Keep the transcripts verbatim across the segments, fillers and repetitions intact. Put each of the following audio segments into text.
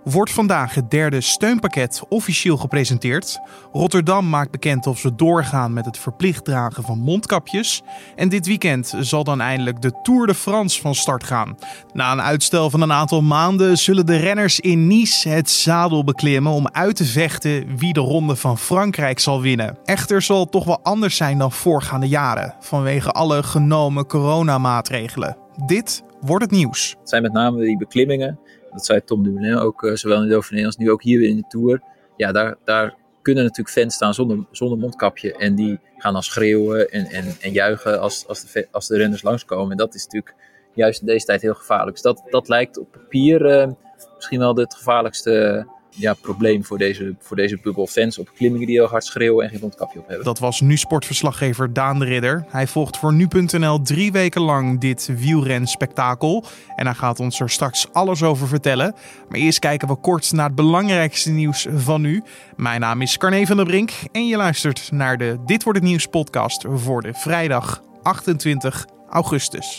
Wordt vandaag het derde steunpakket officieel gepresenteerd. Rotterdam maakt bekend of ze doorgaan met het verplicht dragen van mondkapjes. En dit weekend zal dan eindelijk de Tour de France van start gaan. Na een uitstel van een aantal maanden zullen de renners in Nice het zadel beklimmen om uit te vechten wie de Ronde van Frankrijk zal winnen. Echter zal het toch wel anders zijn dan voorgaande jaren, vanwege alle genomen coronamaatregelen. Dit wordt het nieuws. Het zijn met name die beklimmingen. Dat zei Tom Dumoulin ook, uh, zowel in de Dauphiné als nu ook hier weer in de Tour. Ja, daar, daar kunnen natuurlijk fans staan zonder, zonder mondkapje. En die gaan dan schreeuwen en, en, en juichen als, als, de, als de renners langskomen. En dat is natuurlijk juist in deze tijd heel gevaarlijk. Dus dat, dat lijkt op papier uh, misschien wel het gevaarlijkste ja, probleem voor deze, voor deze bubbel fans op klimmingen die heel hard schreeuwen en geen mondkapje op hebben. Dat was nu-sportverslaggever Daan de Ridder. Hij volgt voor nu punt n l drie weken lang dit wielrenspektakel. En hij gaat ons er straks alles over vertellen. Maar eerst kijken we kort naar het belangrijkste nieuws van nu. Mijn naam is Carne van der Brink en je luistert naar de Dit Wordt Het Nieuws podcast voor de vrijdag achtentwintig augustus.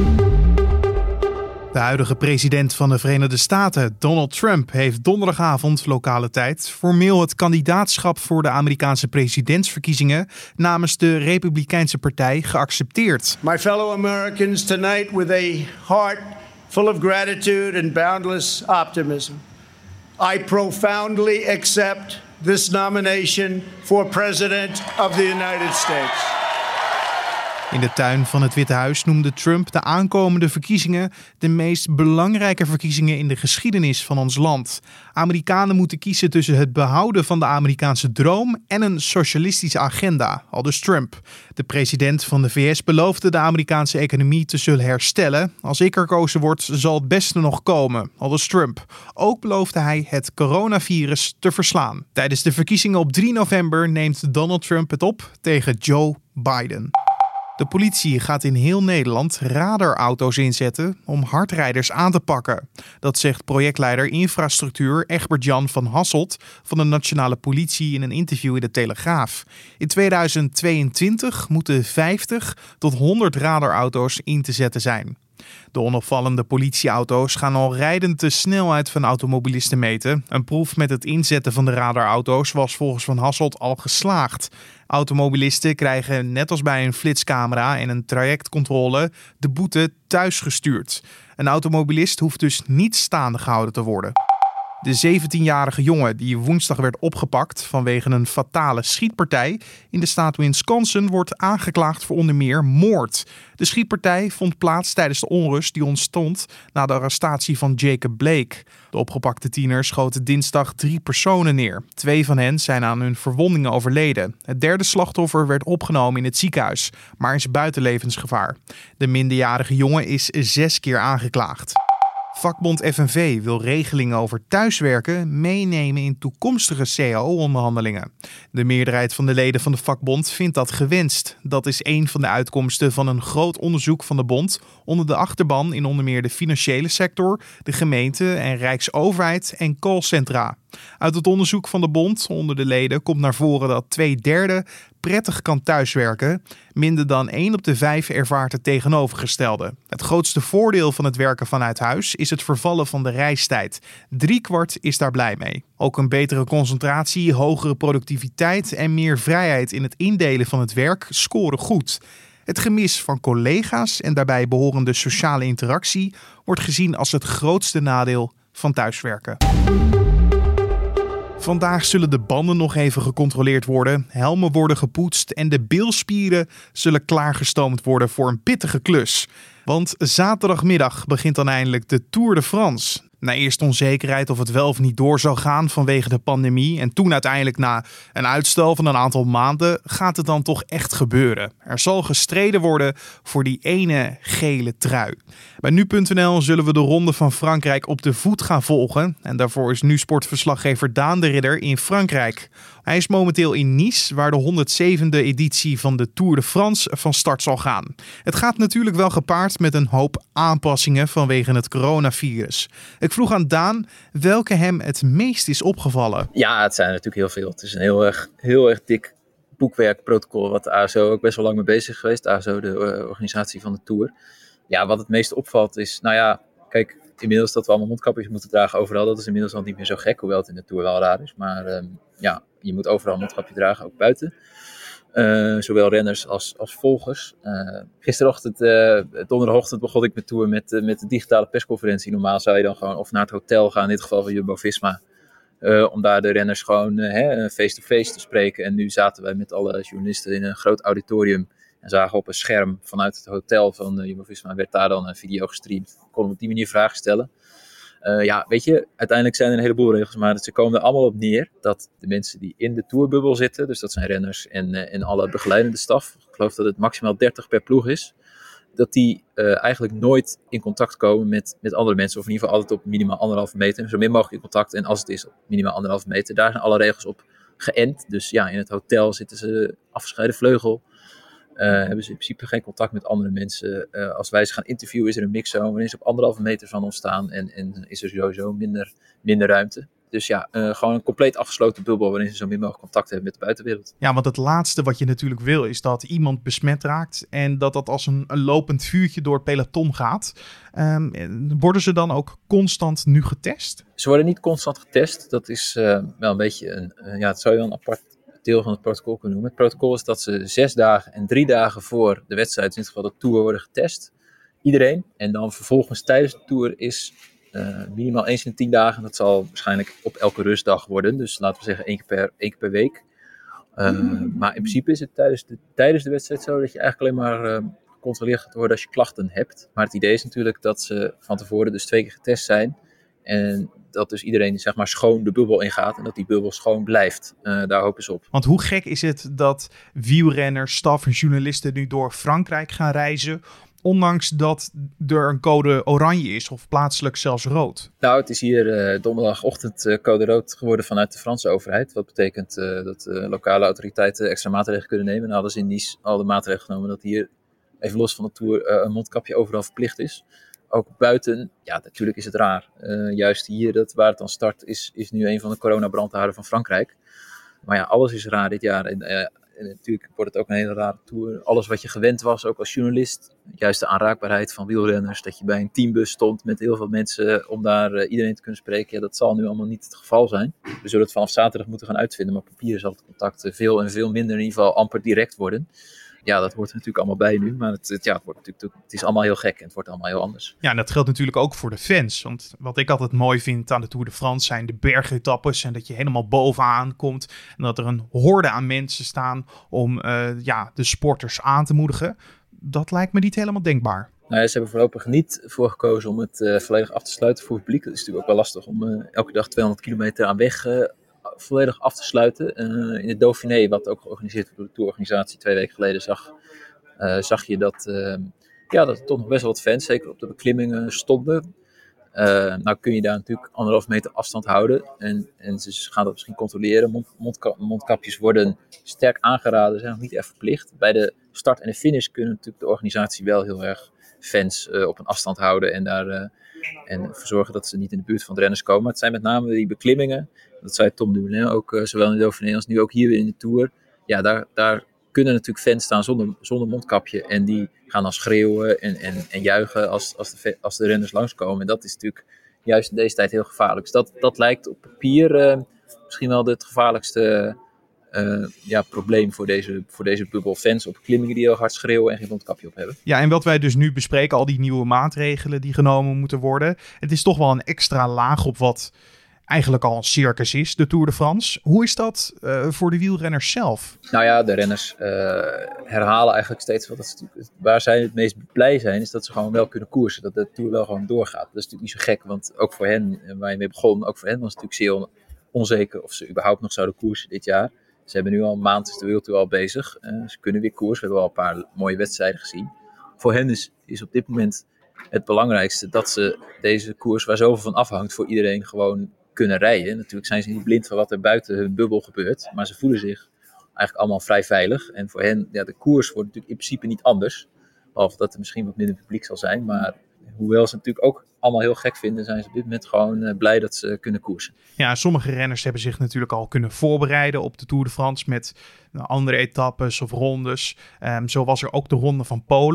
De huidige president van de Verenigde Staten, Donald Trump, heeft donderdagavond lokale tijd formeel het kandidaatschap voor de Amerikaanse presidentsverkiezingen namens de Republikeinse Partij geaccepteerd. My fellow Americans, tonight with a heart full of gratitude and boundless optimism, I profoundly accept this nomination for President of the United States. In de tuin van het Witte Huis noemde Trump de aankomende verkiezingen de meest belangrijke verkiezingen in de geschiedenis van ons land. Amerikanen moeten kiezen tussen het behouden van de Amerikaanse droom en een socialistische agenda, aldus Trump. De president van de V S beloofde de Amerikaanse economie te zullen herstellen. Als ik herkozen word, zal het beste nog komen, aldus Trump. Ook beloofde hij het coronavirus te verslaan. Tijdens de verkiezingen op drie november neemt Donald Trump het op tegen Joe Biden. De politie gaat in heel Nederland radarauto's inzetten om hardrijders aan te pakken. Dat zegt projectleider infrastructuur Egbert-Jan van Hasselt van de Nationale Politie in een interview in de Telegraaf. In tweeduizend tweeëntwintig moeten vijftig tot honderd radarauto's in te zetten zijn. De onopvallende politieauto's gaan al rijdend de snelheid van automobilisten meten. Een proef met het inzetten van de radarauto's was volgens Van Hasselt al geslaagd. Automobilisten krijgen net als bij een flitscamera en een trajectcontrole de boete thuisgestuurd. Een automobilist hoeft dus niet staande gehouden te worden. De zeventienjarige jongen die woensdag werd opgepakt vanwege een fatale schietpartij in de staat Wisconsin wordt aangeklaagd voor onder meer moord. De schietpartij vond plaats tijdens de onrust die ontstond na de arrestatie van Jacob Blake. De opgepakte tiener schoot dinsdag drie personen neer. Twee van hen zijn aan hun verwondingen overleden. Het derde slachtoffer werd opgenomen in het ziekenhuis, maar is buiten levensgevaar. De minderjarige jongen is zes keer aangeklaagd. Vakbond F N V wil regelingen over thuiswerken meenemen in toekomstige C A O-onderhandelingen. De meerderheid van de leden van de vakbond vindt dat gewenst. Dat is een van de uitkomsten van een groot onderzoek van de bond onder de achterban in onder meer de financiële sector, de gemeente en Rijksoverheid en callcentra. Uit het onderzoek van de bond onder de leden komt naar voren dat twee derde prettig kan thuiswerken. Minder dan één op de vijf ervaart het tegenovergestelde. Het grootste voordeel van het werken vanuit huis is het vervallen van de reistijd. Driekwart is daar blij mee. Ook een betere concentratie, hogere productiviteit en meer vrijheid in het indelen van het werk scoren goed. Het gemis van collega's en daarbij behorende sociale interactie wordt gezien als het grootste nadeel van thuiswerken. Vandaag zullen de banden nog even gecontroleerd worden, helmen worden gepoetst en de bilspieren zullen klaargestoomd worden voor een pittige klus. Want zaterdagmiddag begint dan eindelijk de Tour de France. Na eerst onzekerheid of het wel of niet door zou gaan vanwege de pandemie en toen uiteindelijk na een uitstel van een aantal maanden gaat het dan toch echt gebeuren. Er zal gestreden worden voor die ene gele trui. Bij nu punt n l zullen we de Ronde van Frankrijk op de voet gaan volgen en daarvoor is nu sportverslaggever Daan de Ridder in Frankrijk. Hij is momenteel in Nice, waar de honderdzevende editie van de Tour de France van start zal gaan. Het gaat natuurlijk wel gepaard met een hoop aanpassingen vanwege het coronavirus. Ik vroeg aan Daan welke hem het meest is opgevallen. Ja, het zijn er natuurlijk heel veel. Het is een heel erg, heel erg dik boekwerkprotocol wat de A S O ook best wel lang mee bezig is geweest. De A S O, de uh, organisatie van de Tour. Ja, wat het meest opvalt is, nou ja, kijk, inmiddels dat we allemaal mondkapjes moeten dragen overal, dat is inmiddels al niet meer zo gek, hoewel het in de Tour wel raar is. Maar um, ja, je moet overal een mondkapje dragen, ook buiten. Uh, zowel renners als, als volgers. Uh, gisterochtend, uh, donderdagochtend begon ik mijn Tour met, uh, met de digitale persconferentie. Normaal zou je dan gewoon of naar het hotel gaan, in dit geval van Jumbo-Visma. Uh, om daar de renners gewoon uh, hè, face-to-face te spreken. En nu zaten wij met alle journalisten in een groot auditorium. En zagen op een scherm vanuit het hotel van uh, Jumbo-Visma. Werd daar dan een video gestreamd. Konden op die manier vragen stellen. Uh, ja, weet je, uiteindelijk zijn er een heleboel regels. Maar ze komen er allemaal op neer dat de mensen die in de tourbubbel zitten. Dus dat zijn renners en, uh, en alle begeleidende staf. Ik geloof dat het maximaal dertig per ploeg is. Dat die uh, eigenlijk nooit in contact komen met, met andere mensen. Of in ieder geval altijd op minimaal anderhalve meter. Zo min mogelijk in contact. En als het is op minimaal anderhalve meter. Daar zijn alle regels op geënt. Dus ja, in het hotel zitten ze afgescheiden vleugel. Uh, hebben ze in principe geen contact met andere mensen. Uh, als wij ze gaan interviewen is er een mixzone. Waarin ze op anderhalve meter van ons staan. En, en is er sowieso minder, minder ruimte. Dus ja, uh, gewoon een compleet afgesloten bubbel waarin ze zo min mogelijk contact hebben met de buitenwereld. Ja, want het laatste wat je natuurlijk wil is dat iemand besmet raakt en dat dat als een, een lopend vuurtje door het peloton gaat. Um, worden ze dan ook constant nu getest? Ze worden niet constant getest. Dat is uh, wel een beetje een, uh, ja, het zou je wel een apart deel van het protocol kunnen noemen. Het protocol is dat ze zes dagen en drie dagen voor de wedstrijd, in dit geval de Tour, worden getest. Iedereen. En dan vervolgens tijdens de Tour is Uh, minimaal eens in de tien dagen. Dat zal waarschijnlijk op elke rustdag worden. Dus laten we zeggen één keer per, één keer per week. Uh, mm. Maar in principe is het tijdens de, tijdens de wedstrijd zo dat je eigenlijk alleen maar uh, gecontroleerd gaat worden als je klachten hebt. Maar het idee is natuurlijk dat ze van tevoren dus twee keer getest zijn. En dat dus iedereen zeg maar schoon de bubbel ingaat. En dat die bubbel schoon blijft. Uh, daar hopen ze op. Want hoe gek is het dat wielrenners, staf en journalisten nu door Frankrijk gaan reizen, ondanks dat er een code oranje is of plaatselijk zelfs rood? Nou, het is hier uh, donderdagochtend uh, code rood geworden vanuit de Franse overheid. Wat betekent uh, dat uh, lokale autoriteiten extra maatregelen kunnen nemen. Nou hadden ze in Nice al de maatregelen genomen dat hier, even los van de Tour, uh, een mondkapje overal verplicht is. Ook buiten, ja, natuurlijk is het raar. Uh, juist hier, dat, waar het dan start, is, is nu een van de coronabrandhaarden van Frankrijk. Maar ja, alles is raar dit jaar. En, uh, En natuurlijk wordt het ook een hele rare Tour. Alles wat je gewend was, ook als journalist. Juist de aanraakbaarheid van wielrenners. Dat je bij een teambus stond met heel veel mensen om daar uh, iedereen te kunnen spreken. Ja, dat zal nu allemaal niet het geval zijn. We zullen het vanaf zaterdag moeten gaan uitvinden. Maar op papier zal het contact veel en veel minder, in ieder geval amper direct worden. Ja, dat hoort er natuurlijk allemaal bij nu. Maar het, het, ja, het, wordt natuurlijk, het is allemaal heel gek en het wordt allemaal heel anders. Ja, en dat geldt natuurlijk ook voor de fans. Want wat ik altijd mooi vind aan de Tour de France zijn de bergetappes. En dat je helemaal bovenaan komt. En dat er een horde aan mensen staan om uh, ja, de sporters aan te moedigen. Dat lijkt me niet helemaal denkbaar. Nou ja, ze hebben voorlopig niet voor gekozen om het uh, volledig af te sluiten voor het publiek. Dat is natuurlijk ook wel lastig om uh, elke dag tweehonderd kilometer aan weg uh, volledig af te sluiten. Uh, in het Dauphiné, wat ook georganiseerd wordt door de tourorganisatie twee weken geleden, zag, uh, zag je dat, uh, ja, dat er toch nog best wel wat fans, zeker op de beklimmingen, stonden. Uh, nou kun je daar natuurlijk anderhalf meter afstand houden. En, en ze gaan dat misschien controleren. Mond, mondka- mondkapjes worden sterk aangeraden, zijn nog niet echt verplicht. Bij de start en de finish kunnen natuurlijk de organisatie wel heel erg fans uh, op een afstand houden. En, daar, uh, en ervoor zorgen dat ze niet in de buurt van de renners komen. Maar het zijn met name die beklimmingen. Dat zei Tom Dumoulin ook, uh, zowel in de Dauphiné als nu ook hier weer in de Tour. Ja, daar, daar kunnen natuurlijk fans staan zonder, zonder mondkapje. En die gaan dan schreeuwen en, en, en juichen als, als, de, als de renners langskomen. En dat is natuurlijk juist in deze tijd heel gevaarlijk. Dus dat, dat lijkt op papier uh, misschien wel het gevaarlijkste uh, ja, probleem voor deze, voor deze bubbel. Fans op klimmingen die heel hard schreeuwen en geen mondkapje op hebben. Ja, en wat wij dus nu bespreken, al die nieuwe maatregelen die genomen moeten worden. Het is toch wel een extra laag op wat eigenlijk al een circus is, de Tour de France. Hoe is dat uh, voor de wielrenners zelf? Nou ja, de renners uh, herhalen eigenlijk steeds wat dat ze, waar zij het meest blij zijn, is dat ze gewoon wel kunnen koersen. Dat de Tour wel gewoon doorgaat. Dat is natuurlijk niet zo gek, want ook voor hen, waar je mee begon, ook voor hen was het natuurlijk zeer onzeker of ze überhaupt nog zouden koersen dit jaar. Ze hebben nu al een maand, is de World Tour al bezig. Uh, ze kunnen weer koersen. We hebben al een paar mooie wedstrijden gezien. Voor hen is, is op dit moment het belangrijkste dat ze deze koers, waar zoveel van afhangt, voor iedereen gewoon kunnen rijden. Natuurlijk zijn ze niet blind van wat er buiten hun bubbel gebeurt, maar ze voelen zich eigenlijk allemaal vrij veilig. En voor hen, ja, de koers wordt natuurlijk in principe niet anders, behalve dat er misschien wat minder publiek zal zijn, maar hoewel ze natuurlijk ook allemaal heel gek vinden, zijn ze op dit moment gewoon uh, blij dat ze kunnen koersen. Ja, sommige renners hebben zich natuurlijk al kunnen voorbereiden op de Tour de France met nou, andere etappes of rondes. Um, zo was er ook de Ronde van Polen.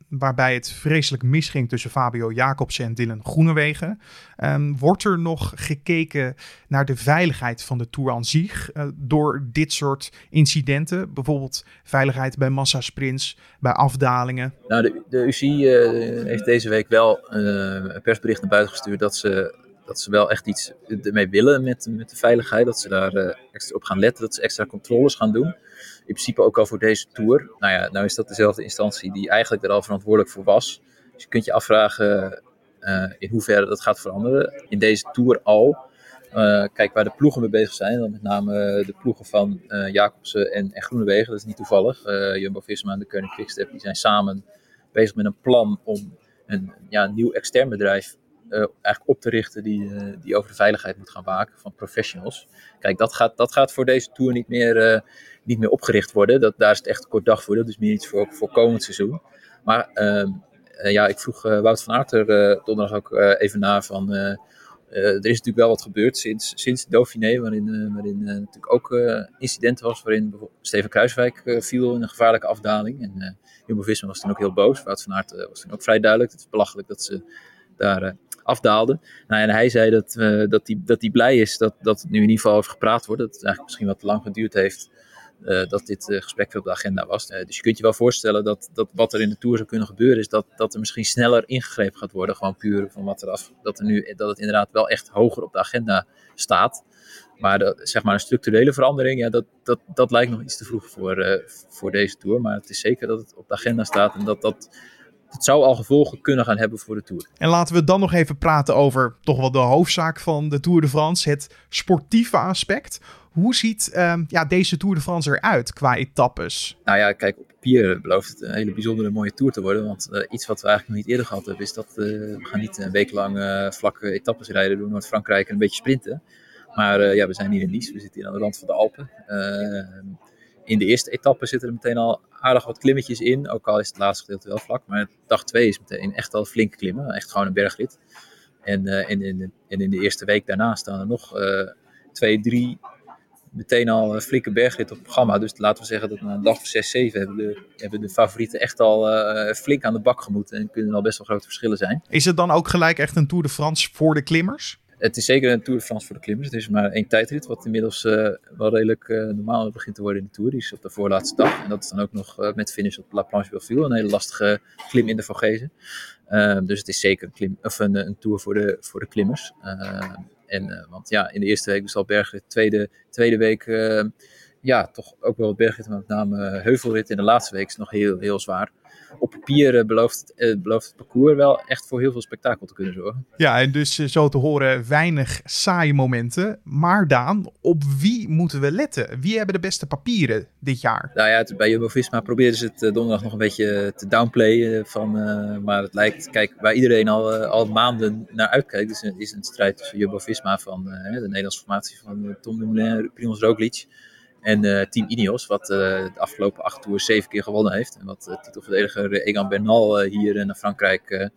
waarbij het vreselijk misging tussen Fabio Jacobsen en Dylan Groenewegen. Um, wordt er nog gekeken naar de veiligheid van de Tour aan zich uh, door dit soort incidenten? Bijvoorbeeld veiligheid bij massasprints, bij afdalingen? Nou, de, de U C I uh, heeft deze week wel uh, een persbericht naar buiten gestuurd dat ze, dat ze wel echt iets ermee willen met, met de veiligheid. Dat ze daar uh, extra op gaan letten, dat ze extra controles gaan doen. In principe ook al voor deze Tour. Nou ja, nou is dat dezelfde instantie die eigenlijk er al verantwoordelijk voor was. Dus je kunt je afvragen uh, in hoeverre dat gaat veranderen. In deze Tour al. Uh, kijk, waar de ploegen mee bezig zijn, dan met name de ploegen van uh, Jacobsen en, en Groenewegen. Dat is niet toevallig. Uh, Jumbo-Visma en de Koning Quickstep die zijn samen bezig met een plan om een ja, nieuw extern bedrijf uh, eigenlijk op te richten die, uh, die over de veiligheid moet gaan waken van professionals. Kijk, dat gaat, dat gaat voor deze Tour niet meer, uh, niet meer opgericht worden. Dat, daar is het echt een kort dag voor. Dat is meer iets voor, voor komend seizoen. Maar uh, uh, ja, ik vroeg uh, Wout van Aert er uh, donderdag ook uh, even na van... Uh, Uh, er is natuurlijk wel wat gebeurd sinds, sinds Dauphiné, waarin, uh, waarin uh, natuurlijk ook uh, incidenten was, waarin bijvoorbeeld Steven Kruijswijk uh, viel in een gevaarlijke afdaling. En uh, Jumbo-Visma was toen ook heel boos. Wout van Aert uh, was toen ook vrij duidelijk. Het is belachelijk dat ze daar uh, afdaalden. Nou, en hij zei dat hij uh, dat die, dat die blij is dat, dat het nu in ieder geval over gepraat wordt. Dat het eigenlijk misschien wat te lang geduurd heeft uh, dat dit uh, gesprek op de agenda was. Uh, dus je kunt je wel voorstellen dat, dat wat er in de Tour zou kunnen gebeuren is dat, dat er misschien sneller ingegrepen gaat worden. Gewoon puur van wat er af, dat er nu, dat het inderdaad wel echt hoger op de agenda staat. Maar de, zeg maar een structurele verandering, ja, dat, dat, dat lijkt nog iets te vroeg voor, uh, voor deze Tour. Maar het is zeker dat het op de agenda staat en dat dat... Het zou al gevolgen kunnen gaan hebben voor de Tour. En laten we dan nog even praten over toch wel de hoofdzaak van de Tour de France. Het sportieve aspect. Hoe ziet uh, ja, deze Tour de France eruit qua etappes? Nou ja, kijk, op papier belooft het een hele bijzondere mooie Tour te worden. Want uh, iets wat we eigenlijk nog niet eerder gehad hebben is dat uh, we gaan niet een week lang uh, vlakke etappes rijden door Noord-Frankrijk en een beetje sprinten. Maar uh, ja, we zijn hier in Nice. We zitten hier aan de rand van de Alpen. Uh, in de eerste etappe zitten er meteen al aardig wat klimmetjes in. Ook al is het laatste gedeelte wel vlak. Maar dag twee is meteen echt al flink klimmen. Echt gewoon een bergrit. En, uh, en, in, de, en in de eerste week daarna staan er nog uh, twee, drie... meteen al een flinke bergrit op het programma. Dus laten we zeggen dat na een dag of zes, zeven hebben de, hebben de favorieten echt al uh, flink aan de bak gemoeten. En kunnen er al best wel grote verschillen zijn. Is het dan ook gelijk echt een Tour de France voor de klimmers? Het is zeker een Tour de France voor de klimmers. Het is maar één tijdrit, wat inmiddels uh, wel redelijk uh, normaal begint te worden in de Tour. Die is op de voorlaatste dag. En dat is dan ook nog uh, met finish op La Planche Belleville. Een hele lastige klim in de Vogezen. Uh, dus het is zeker een, klim, of een, een Tour voor de, voor de klimmers. Uh, En, uh, want ja, in de eerste week dus al bergrit, tweede, tweede week uh, ja, toch ook wel wat bergrit, maar met name uh, heuvelrit. In de laatste week is het nog heel, heel zwaar. Op papier uh, belooft, het, uh, belooft het parcours wel echt voor heel veel spektakel te kunnen zorgen. Ja, en dus uh, zo te horen weinig saaie momenten. Maar Daan, op wie moeten we letten? Wie hebben de beste papieren dit jaar? Nou ja, het, bij Jumbo-Visma probeerden ze het uh, donderdag nog een beetje te downplayen. Van, uh, maar het lijkt, kijk, waar iedereen al, uh, al maanden naar uitkijkt, is een, is een strijd tussen Jumbo-Visma van uh, de Nederlandse formatie van uh, Tom Dumoulin, Primož Roglič. En uh, Team Ineos, wat uh, de afgelopen acht tours zeven keer gewonnen heeft. En wat uh, titelverdediger Egan Bernal uh, hier uh, naar Frankrijk, uh,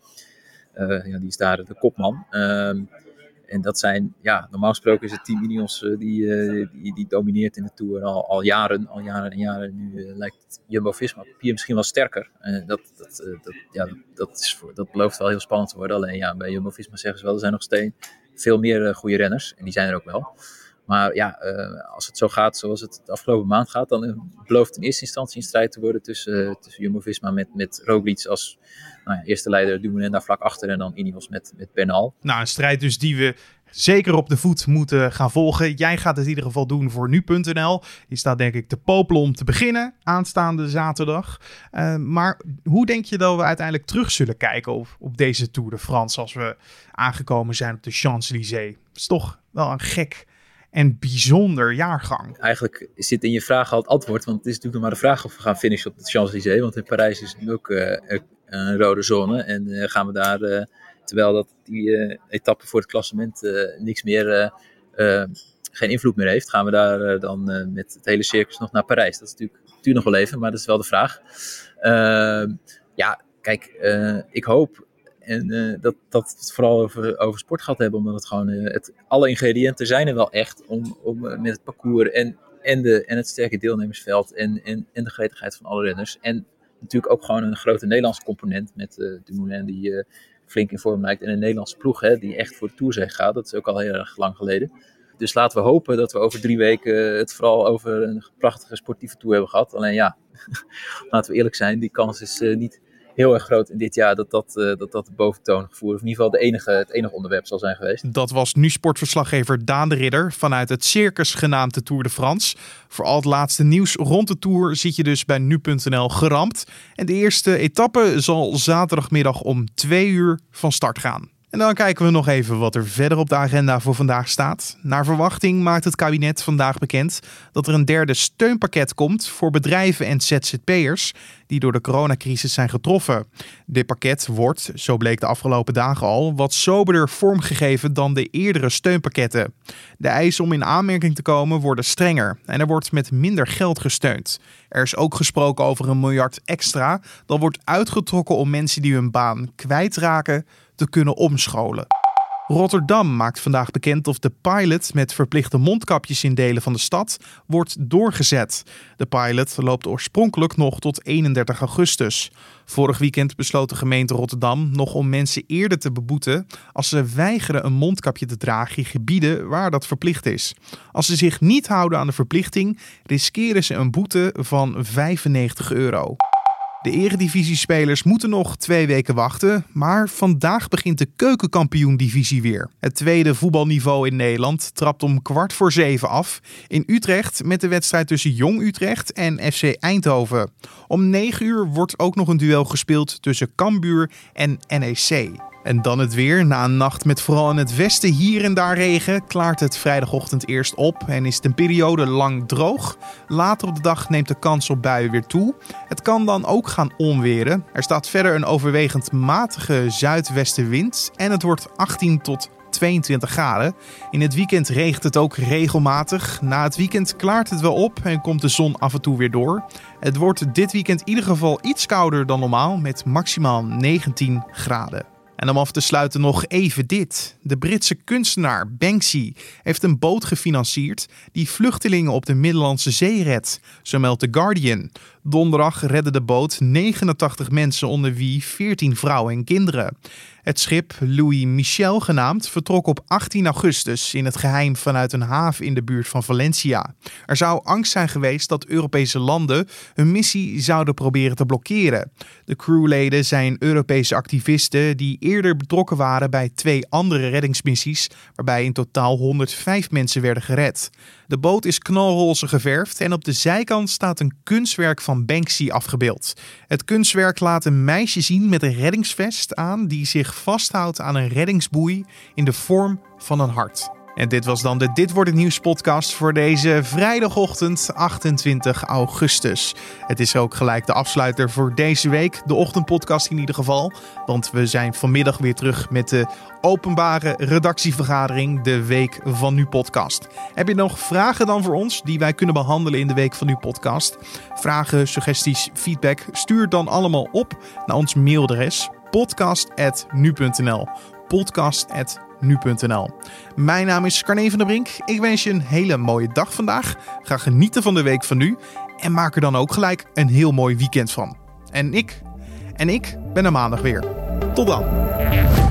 uh, ja, die is daar de kopman. Um, en dat zijn, ja, normaal gesproken is het Team Ineos uh, die, uh, die, die domineert in de Tour al, al jaren, al jaren en jaren. Nu uh, lijkt Jumbo-Visma op papier misschien wel sterker. Uh, dat, dat, uh, dat, ja, dat, dat, is voor, dat belooft wel heel spannend te worden. Alleen ja, bij Jumbo-Visma zeggen ze wel, er zijn nog steeds veel meer uh, goede renners. En die zijn er ook wel. Maar ja, uh, als het zo gaat zoals het de afgelopen maand gaat, dan uh, belooft in eerste instantie een strijd te worden tussen, uh, tussen Jumbo-Visma met, met Roglič als nou ja, eerste leider, Dumoulin daar vlak achter en dan Ineos met, met Bernal. Nou, een strijd dus die we zeker op de voet moeten gaan volgen. Jij gaat het in ieder geval doen voor nu punt n l. Je staat denk ik te popelen om te beginnen aanstaande zaterdag. Uh, maar hoe denk je dat we uiteindelijk terug zullen kijken op, op deze Tour de France als we aangekomen zijn op de Champs-Élysées? Het is toch wel een gek en bijzonder jaargang. Eigenlijk zit in je vraag al het antwoord, want het is natuurlijk nog maar de vraag of we gaan finishen op de Champs-Élysées, want in Parijs is nu ook uh, een rode zone en uh, gaan we daar, uh, terwijl dat die uh, etappe voor het klassement uh, niks meer, uh, uh, geen invloed meer heeft, gaan we daar uh, dan uh, met het hele circus nog naar Parijs. Dat is natuurlijk, natuurlijk nog wel even, maar dat is wel de vraag. Uh, ja, kijk, uh, ik hoop En uh, dat, dat we het vooral over, over sport gaat hebben, omdat het gewoon, uh, het, alle ingrediënten zijn er wel echt om, om uh, met het parcours en, en, de, en het sterke deelnemersveld en, en, en de gretigheid van alle renners. En natuurlijk ook gewoon een grote Nederlandse component met uh, Dumoulin die uh, flink in vorm lijkt. En een Nederlandse ploeg hè, die echt voor de Tourzege gaat. Dat is ook al heel erg lang geleden. Dus laten we hopen dat we over drie weken het vooral over een prachtige sportieve Tour hebben gehad. Alleen ja, laten we eerlijk zijn, die kans is uh, niet heel erg groot in dit jaar dat dat, uh, dat, dat de boventoon gevoerd, of in ieder geval de enige, het enige onderwerp zal zijn geweest. Dat was nu sportverslaggever Daan de Ridder vanuit het circus genaamd de Tour de France. Voor al het laatste nieuws rond de Tour zit je dus bij nu punt n l geramd. En de eerste etappe zal zaterdagmiddag om twee uur van start gaan. En dan kijken we nog even wat er verder op de agenda voor vandaag staat. Naar verwachting maakt het kabinet vandaag bekend dat er een derde steunpakket komt voor bedrijven en Z Z P'ers die door de coronacrisis zijn getroffen. Dit pakket wordt, zo bleek de afgelopen dagen al, wat soberder vormgegeven dan de eerdere steunpakketten. De eisen om in aanmerking te komen worden strenger en er wordt met minder geld gesteund. Er is ook gesproken over een miljard extra dat wordt uitgetrokken om mensen die hun baan kwijtraken te kunnen omscholen. Rotterdam maakt vandaag bekend of de pilot met verplichte mondkapjes in delen van de stad wordt doorgezet. De pilot loopt oorspronkelijk nog tot eenendertig augustus. Vorig weekend besloot de gemeente Rotterdam nog om mensen eerder te beboeten als ze weigeren een mondkapje te dragen in gebieden waar dat verplicht is. Als ze zich niet houden aan de verplichting, riskeren ze een boete van vijfennegentig euro. De eredivisiespelers moeten nog twee weken wachten, maar vandaag begint de keukenkampioen-divisie weer. Het tweede voetbalniveau in Nederland trapt om kwart voor zeven af in Utrecht met de wedstrijd tussen Jong Utrecht en F C Eindhoven. Om negen uur wordt ook nog een duel gespeeld tussen Cambuur en N E C. En dan het weer. Na een nacht met vooral in het westen hier en daar regen klaart het vrijdagochtend eerst op en is het een periode lang droog. Later op de dag neemt de kans op buien weer toe. Het kan dan ook gaan onweren. Er staat verder een overwegend matige zuidwestenwind en het wordt achttien tot tweeëntwintig graden. In het weekend regent het ook regelmatig. Na het weekend klaart het wel op en komt de zon af en toe weer door. Het wordt dit weekend in ieder geval iets kouder dan normaal met maximaal negentien graden. En om af te sluiten nog even dit. De Britse kunstenaar Banksy heeft een boot gefinancierd die vluchtelingen op de Middellandse Zee redt, zo meldt The Guardian. Donderdag redde de boot negenentachtig mensen, onder wie veertien vrouwen en kinderen. Het schip, Louis Michel genaamd, vertrok op achttien augustus in het geheim vanuit een haven in de buurt van Valencia. Er zou angst zijn geweest dat Europese landen hun missie zouden proberen te blokkeren. De crewleden zijn Europese activisten die eerder betrokken waren bij twee andere reddingsmissies, waarbij in totaal honderdvijf mensen werden gered. De boot is knalroze geverfd en op de zijkant staat een kunstwerk van Banksy afgebeeld. Het kunstwerk laat een meisje zien met een reddingsvest aan die zich vasthoudt aan een reddingsboei in de vorm van een hart. En dit was dan de Dit Wordt Het Nieuws podcast voor deze vrijdagochtend achtentwintig augustus. Het is ook gelijk de afsluiter voor deze week, de ochtendpodcast in ieder geval. Want we zijn vanmiddag weer terug met de openbare redactievergadering, de Week van Nu podcast. Heb je nog vragen dan voor ons die wij kunnen behandelen in de Week van Nu podcast? Vragen, suggesties, feedback, stuur dan allemaal op naar ons mailadres podcast at nu punt n l. podcast at nu punt n l. Mijn naam is Carne van der Brink. Ik wens je een hele mooie dag vandaag. Ga genieten van de Week van Nu en maak er dan ook gelijk een heel mooi weekend van. En ik, en ik ben er maandag weer. Tot dan.